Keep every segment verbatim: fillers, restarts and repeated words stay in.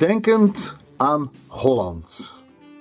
Denkend aan Holland.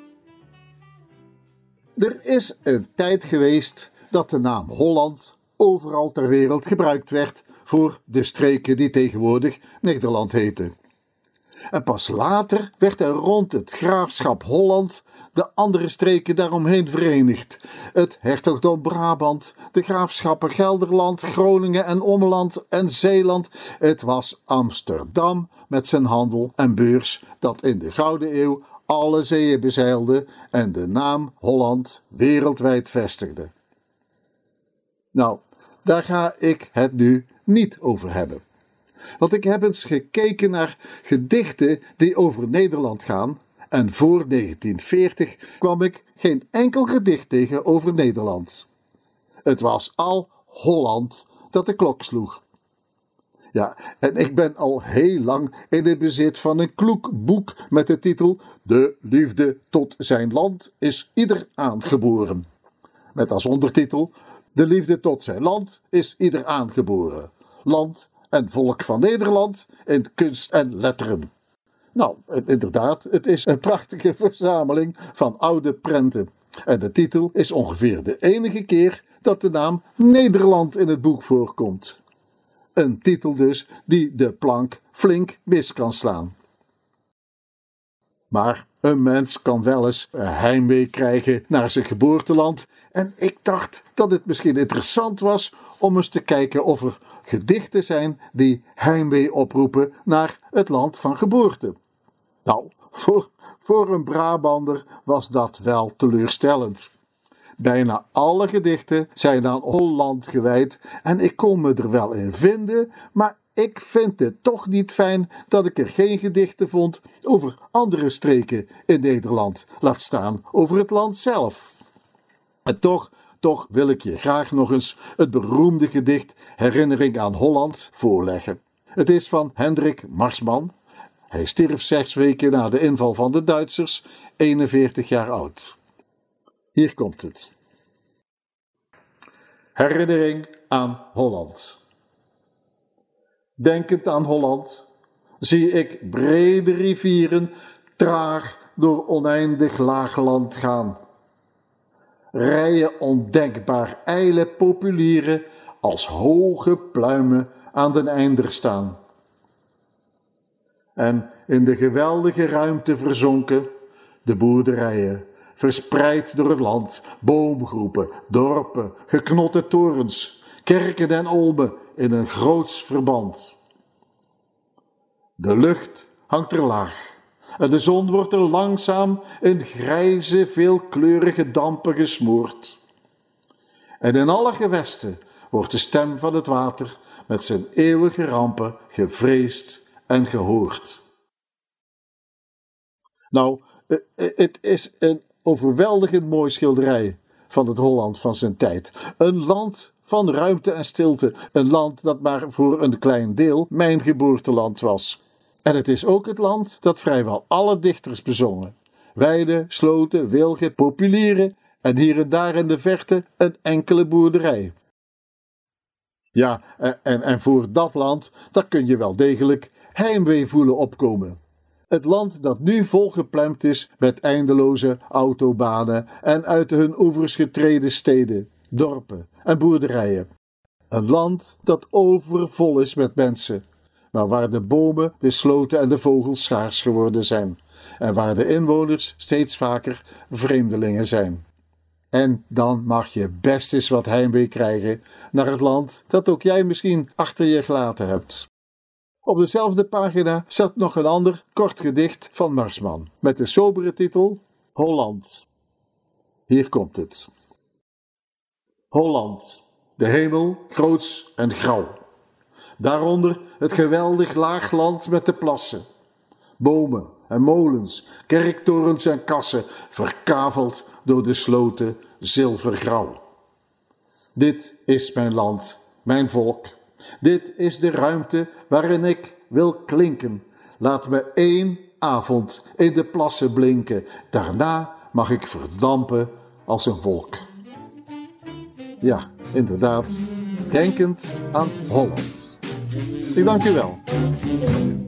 Er is een tijd geweest dat de naam Holland overal ter wereld gebruikt werd voor de streken die tegenwoordig Nederland heten. En pas later werd er rond het graafschap Holland de andere streken daaromheen verenigd. Het hertogdom Brabant, de graafschappen Gelderland, Groningen en Ommeland en Zeeland. Het was Amsterdam met zijn handel en beurs dat in de Gouden Eeuw alle zeeën bezeilde en de naam Holland wereldwijd vestigde. Nou, daar ga ik het nu niet over hebben. Want ik heb eens gekeken naar gedichten die over Nederland gaan en voor negentien veertig kwam ik geen enkel gedicht tegen over Nederland. Het was al Holland dat de klok sloeg. Ja, en ik ben al heel lang in het bezit van een kloek boek met de titel De liefde tot zijn land is ieder aangeboren. Met als ondertitel De liefde tot zijn land is ieder aangeboren. Land en volk van Nederland in kunst en letteren. Nou, inderdaad, het is een prachtige verzameling van oude prenten. En de titel is ongeveer de enige keer dat de naam Nederland in het boek voorkomt. Een titel dus die de plank flink mis kan slaan. Maar een mens kan wel eens heimwee krijgen naar zijn geboorteland. En ik dacht dat het misschien interessant was om eens te kijken of er gedichten zijn die heimwee oproepen naar het land van geboorte. Nou, voor, voor een Brabander was dat wel teleurstellend. Bijna alle gedichten zijn aan Holland gewijd en ik kon me er wel in vinden, maar ik vind het toch niet fijn dat ik er geen gedichten vond over andere streken in Nederland, laat staan over het land zelf. En toch, toch wil ik je graag nog eens het beroemde gedicht Herinnering aan Holland voorleggen. Het is van Hendrik Marsman. Hij stierf zes weken na de inval van de Duitsers, eenenveertig jaar oud. Hier komt het. Herinnering aan Holland. Denkend aan Holland zie ik brede rivieren traag door oneindig laagland gaan. Rijen ondenkbaar ijle populieren als hoge pluimen aan den einder staan. En in de geweldige ruimte verzonken de boerderijen, verspreid door het land, boomgroepen, dorpen, geknotte torens, kerken en olmen in een groots verband. De lucht hangt er laag en de zon wordt er langzaam in grijze, veelkleurige dampen gesmoord. En in alle gewesten wordt de stem van het water met zijn eeuwige rampen gevreesd en gehoord. Nou, het is een overweldigend mooi schilderij van het Holland van zijn tijd. Een land van ruimte en stilte. Een land dat maar voor een klein deel mijn geboorteland was. En het is ook het land dat vrijwel alle dichters bezongen. Weiden, sloten, wilgen, populieren en hier en daar in de verte een enkele boerderij. Ja, en, en voor dat land, daar kun je wel degelijk heimwee voelen opkomen. Het land dat nu volgeplemd is met eindeloze autobanen en uit hun oevers getreden steden, dorpen en boerderijen. Een land dat overvol is met mensen, maar waar de bomen, de sloten en de vogels schaars geworden zijn en waar de inwoners steeds vaker vreemdelingen zijn. En dan mag je best eens wat heimwee krijgen naar het land dat ook jij misschien achter je gelaten hebt. Op dezelfde pagina staat nog een ander kort gedicht van Marsman met de sobere titel Holland. Hier komt het. Holland, de hemel groots en grauw. Daaronder het geweldig laagland met de plassen. Bomen en molens, kerktorens en kassen, verkaveld door de sloten zilvergrauw. Dit is mijn land, mijn volk. Dit is de ruimte waarin ik wil klinken. Laat me één avond in de plassen blinken. Daarna mag ik verdampen als een volk. Ja, inderdaad, denkend aan Holland. Ik dank u wel.